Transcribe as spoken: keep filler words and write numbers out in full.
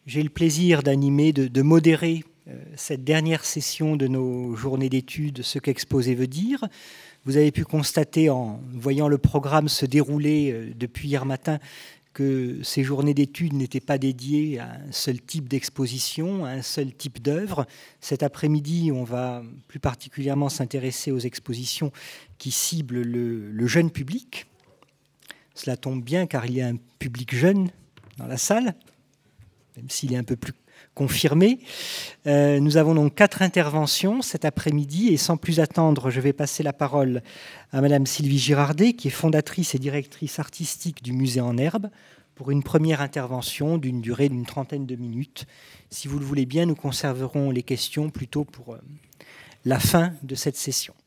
J'ai le plaisir d'animer, de, de modérer euh, cette dernière session de nos journées d'études, ce qu'exposer veut dire. Vous avez pu constater en voyant le programme se dérouler euh, depuis hier matin que ces journées d'études n'étaient pas dédiées à un seul type d'exposition, à un seul type d'œuvre. Cet après-midi, on va plus particulièrement s'intéresser aux expositions qui ciblent le, le jeune public. Cela tombe bien car il y a un public jeune dans la salle, même s'il est un peu plus confirmé. Euh, nous avons donc quatre interventions cet après-midi et sans plus attendre, je vais passer la parole à Madame Sylvie Girardet, qui est fondatrice et directrice artistique du Musée en Herbe, pour une première intervention d'une durée d'une trentaine de minutes. Si vous le voulez bien, nous conserverons les questions plutôt pour euh, la fin de cette session.